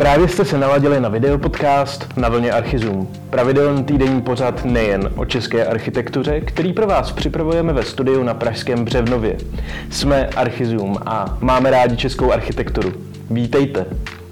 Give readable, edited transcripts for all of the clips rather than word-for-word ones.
Právě jste se naladili na videopodcast Na vlně Archizoom. Pravidelný týdenní pořad nejen o české architektuře, který pro vás připravujeme ve studiu na pražském Břevnově. Jsme Archizoom a máme rádi českou architekturu. Vítejte.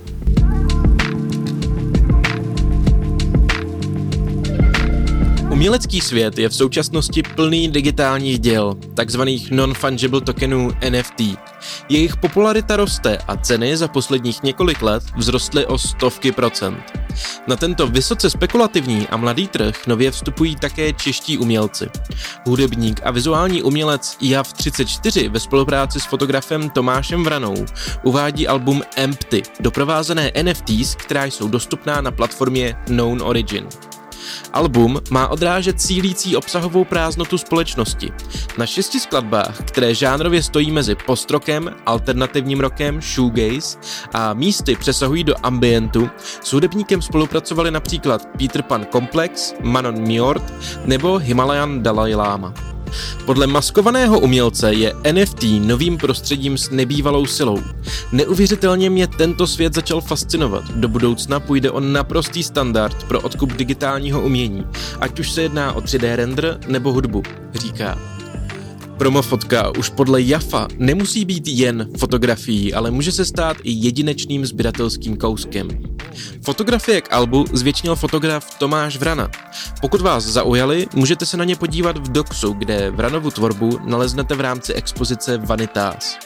Umělecký svět je v současnosti plný digitálních děl, takzvaných non-fungible tokenů NFT. Jejich popularita roste a ceny za posledních několik let vzrostly o stovky procent. Na tento vysoce spekulativní a mladý trh nově vstupují také čeští umělci. Hudebník a vizuální umělec Jav34 ve spolupráci s fotografem Tomášem Vranou uvádí album Empty, doprovázené NFTs, která jsou dostupná na platformě Known Origin. Album má odrážet sílící obsahovou prázdnotu společnosti. Na 6 skladbách, které žánrově stojí mezi post-rockem, alternativním rockem, shoegaze a místy přesahují do ambientu, s hudebníkem spolupracovali například Peter Pan Complex, Manon Njord nebo Himalayan Dalai Lama. Podle maskovaného umělce je NFT novým prostředím s nebývalou silou. Neuvěřitelně mě tento svět začal fascinovat. Do budoucna půjde o naprostý standard pro odkup digitálního umění, ať už se jedná o 3D render nebo hudbu, říká. Promofotka už podle Jafa nemusí být jen fotografií, ale může se stát i jedinečným sběratelským kouskem. Fotografie k albu zvětšnil fotograf Tomáš Vrana. Pokud vás zaujali, můžete se na ně podívat v Doxu, kde Vranovu tvorbu naleznete v rámci expozice Vanitas.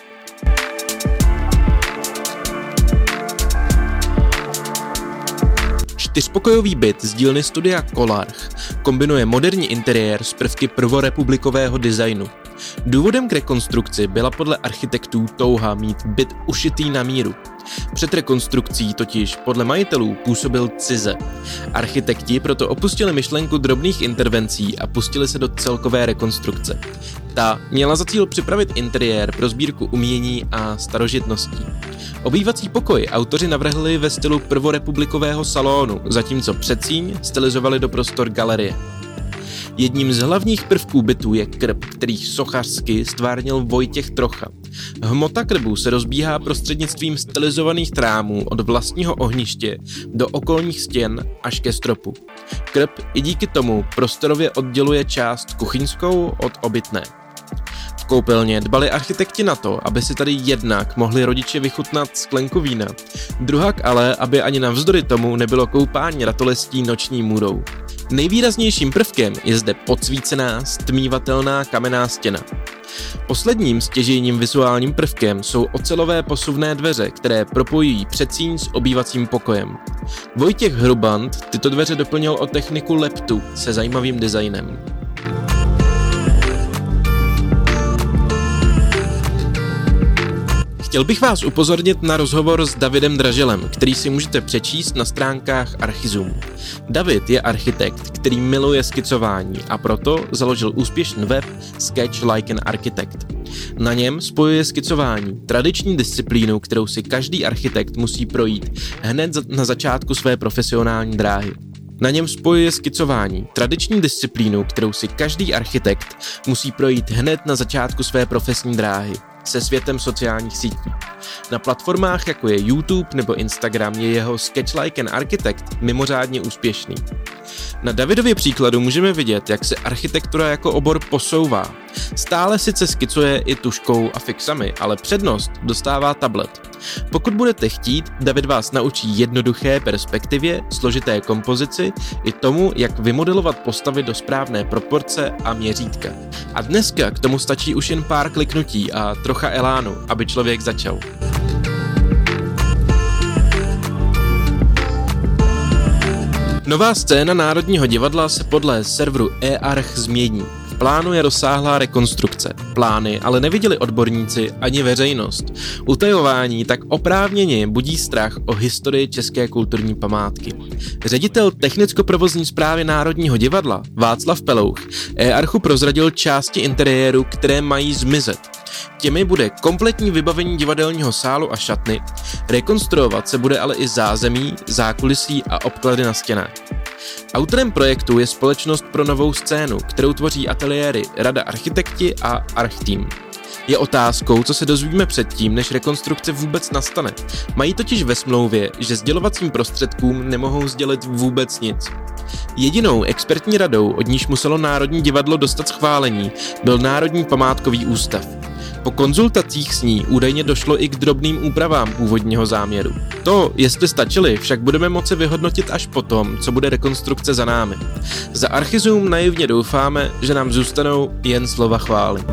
Čtyřpokojový byt z dílny studia Kolarch kombinuje moderní interiér s prvky prvorepublikového designu. Důvodem k rekonstrukci byla podle architektů touha mít byt ušitý na míru. Před rekonstrukcí totiž podle majitelů působil cize. Architekti proto opustili myšlenku drobných intervencí a pustili se do celkové rekonstrukce. Ta měla za cíl připravit interiér pro sbírku umění a starožitností. Obývací pokoj autoři navrhli ve stylu prvorepublikového salonu, zatímco předsíň stylizovali do prostor galerie. Jedním z hlavních prvků bytu je krb, který sochařsky stvárnil Vojtěch Trocha. Hmota krbu se rozbíhá prostřednictvím stylizovaných trámů od vlastního ohniště do okolních stěn až ke stropu. Krb i díky tomu prostorově odděluje část kuchyňskou od obytné. V koupelně dbali architekti na to, aby si tady jednak mohli rodiče vychutnat sklenku vína, druhak ale, aby ani navzdory tomu nebylo koupání ratolestí noční můrou. Nejvýraznějším prvkem je zde podsvícená, stmívatelná kamenná stěna. Posledním stěžejním vizuálním prvkem jsou ocelové posuvné dveře, které propojují předsíň s obývacím pokojem. Vojtěch Hrubant tyto dveře doplnil o techniku leptu se zajímavým designem. Chtěl bych vás upozornit na rozhovor s Davidem Draželem, který si můžete přečíst na stránkách Archizoom. David je architekt, který miluje skicování a proto založil úspěšný web Sketch Like an Architect. Na něm spojuje skicování, tradiční disciplínu, kterou si každý architekt musí projít hned na začátku své profesionální dráhy. Na něm spojuje skicování, tradiční disciplínu, kterou si každý architekt musí projít hned na začátku své profesní dráhy, se světem sociálních sítí. Na platformách jako je YouTube nebo Instagram je jeho Sketch Like an Architect mimořádně úspěšný. Na Davidově příkladu můžeme vidět, jak se architektura jako obor posouvá. Stále sice skicuje i tuškou a fixami, ale přednost dostává tablet. Pokud budete chtít, David vás naučí jednoduché perspektivě, složité kompozici i tomu, jak vymodelovat postavy do správné proporce a měřítka. A dneska k tomu stačí už jen pár kliknutí a trocha elánu, aby člověk začal. Nová scéna Národního divadla se podle serveru eArch změní. V plánu je rozsáhlá rekonstrukce. Plány ale neviděli odborníci ani veřejnost. Utajování tak oprávněně budí strach o historii české kulturní památky. Ředitel technicko-provozní správy Národního divadla Václav Pelouch eArchu prozradil části interiéru, které mají zmizet. Těmi bude kompletní vybavení divadelního sálu a šatny, rekonstruovat se bude ale i zázemí, zákulisí a obklady na stěnách. Autorem projektu je Společnost pro novou scénu, kterou tvoří ateliéry Rada architekti a Archteam. Je otázkou, co se dozvíme předtím, než rekonstrukce vůbec nastane. Mají totiž ve smlouvě, že sdělovacím prostředkům nemohou sdělit vůbec nic. Jedinou expertní radou, od níž muselo Národní divadlo dostat schválení, byl Národní památkový ústav. Po konzultacích s ní údajně došlo i k drobným úpravám původního záměru. To, jestli stačily, však budeme moci vyhodnotit až potom, co bude rekonstrukce za námi. Za Archizoom naivně doufáme, že nám zůstanou jen slova chvály.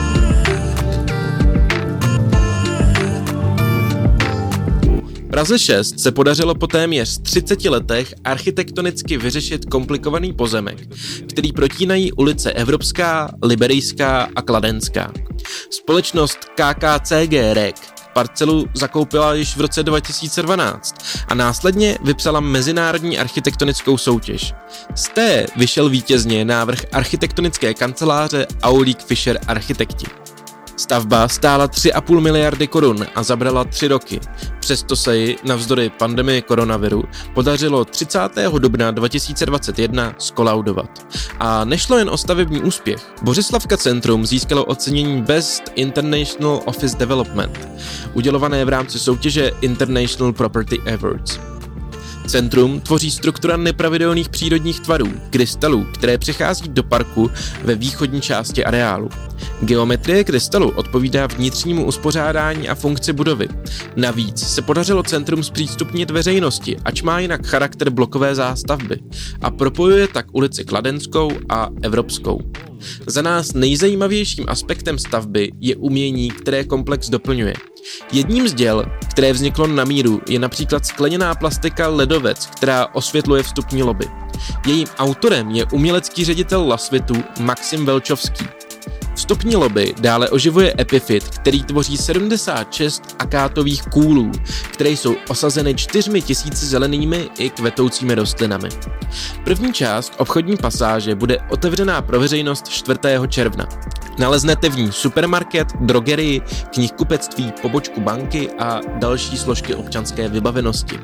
Praze 6 se podařilo po téměř 30 letech architektonicky vyřešit komplikovaný pozemek, který protínají ulice Evropská, Liberijská a Kladenská. Společnost KKCG REC parcelu zakoupila již v roce 2012 a následně vypsala mezinárodní architektonickou soutěž. Z té vyšel vítězně návrh architektonické kanceláře Aulick Fischer Architekti. Stavba stála 3,5 miliardy korun a zabrala 3 roky. Přesto se ji, navzdory pandemii koronaviru, podařilo 30. dubna 2021 skolaudovat. A nešlo jen o stavební úspěch. Bořislavka Centrum získalo ocenění Best International Office Development, udělované v rámci soutěže International Property Awards. Centrum tvoří struktura nepravidelných přírodních tvarů, krystalů, které přichází do parku ve východní části areálu. Geometrie krystalu odpovídá vnitřnímu uspořádání a funkci budovy. Navíc se podařilo centrum zpřístupnit veřejnosti, ač má jinak charakter blokové zástavby a propojuje tak ulici Kladenskou a Evropskou. Za nás nejzajímavějším aspektem stavby je umění, které komplex doplňuje. Jedním z děl, které vzniklo na míru, je například skleněná plastika Ledovec, která osvětluje vstupní lobby. Jejím autorem je umělecký ředitel Lasvitu Maxim Velčovský. Vstupní lobby dále oživuje epifit, který tvoří 76 akátových kůlů, které jsou osazeny 4000 zelenými i kvetoucími rostlinami. První část obchodní pasáže bude otevřená pro veřejnost 4. června. Naleznete v ní supermarket, drogerii, knihkupectví, pobočku banky a další složky občanské vybavenosti.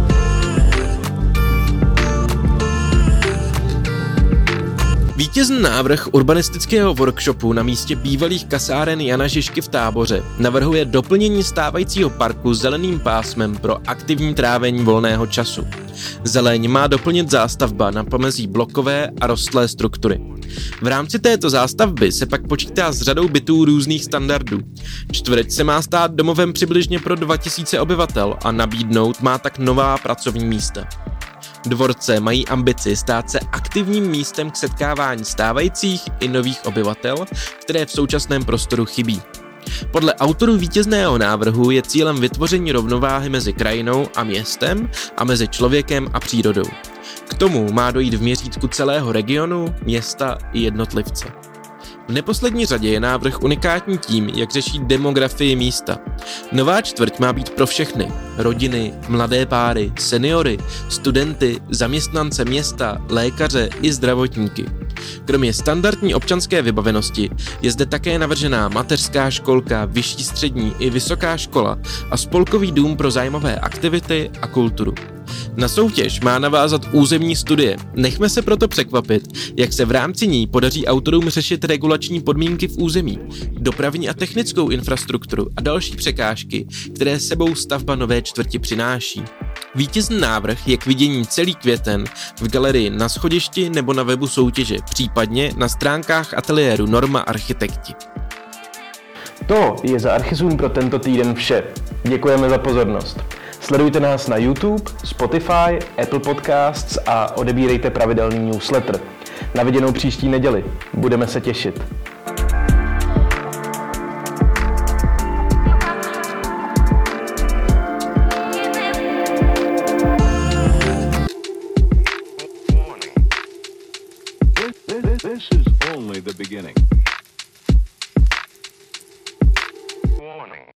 Vítězný návrh urbanistického workshopu na místě bývalých kasáren Jana Žižky v Táboře navrhuje doplnění stávajícího parku zeleným pásmem pro aktivní trávení volného času. Zeleň má doplnit zástavba na pomezí blokové a rostlé struktury. V rámci této zástavby se pak počítá s řadou bytů různých standardů. Čtvrť se má stát domovem přibližně pro 2000 obyvatel a nabídnout má tak nová pracovní místa. Dvorce mají ambici stát se aktivním místem k setkávání stávajících i nových obyvatel, které v současném prostoru chybí. Podle autorů vítězného návrhu je cílem vytvoření rovnováhy mezi krajinou a městem a mezi člověkem a přírodou. K tomu má dojít v měřítku celého regionu, města i jednotlivce. V neposlední řadě je návrh unikátní tím, jak řeší demografii místa. Nová čtvrť má být pro všechny. Rodiny, mladé páry, seniory, studenty, zaměstnance města, lékaře i zdravotníky. Kromě standardní občanské vybavenosti je zde také navržená mateřská školka, vyšší střední i vysoká škola a spolkový dům pro zájmové aktivity a kulturu. Na soutěž má navázat územní studie. Nechme se proto překvapit, jak se v rámci ní podaří autorům řešit regulační podmínky v území, dopravní a technickou infrastrukturu a další překážky, které sebou stavba nové čtvrti přináší. Vítězný návrh je k vidění celý květen v galerii Na schodišti nebo na webu soutěže, případně na stránkách ateliéru Norma Architekti. To je za Archizoom pro tento týden vše. Děkujeme za pozornost. Sledujte nás na YouTube, Spotify, Apple Podcasts a odebírejte pravidelný newsletter. Na viděnou příští neděli. Budeme se těšit. This is only the beginning. Warning.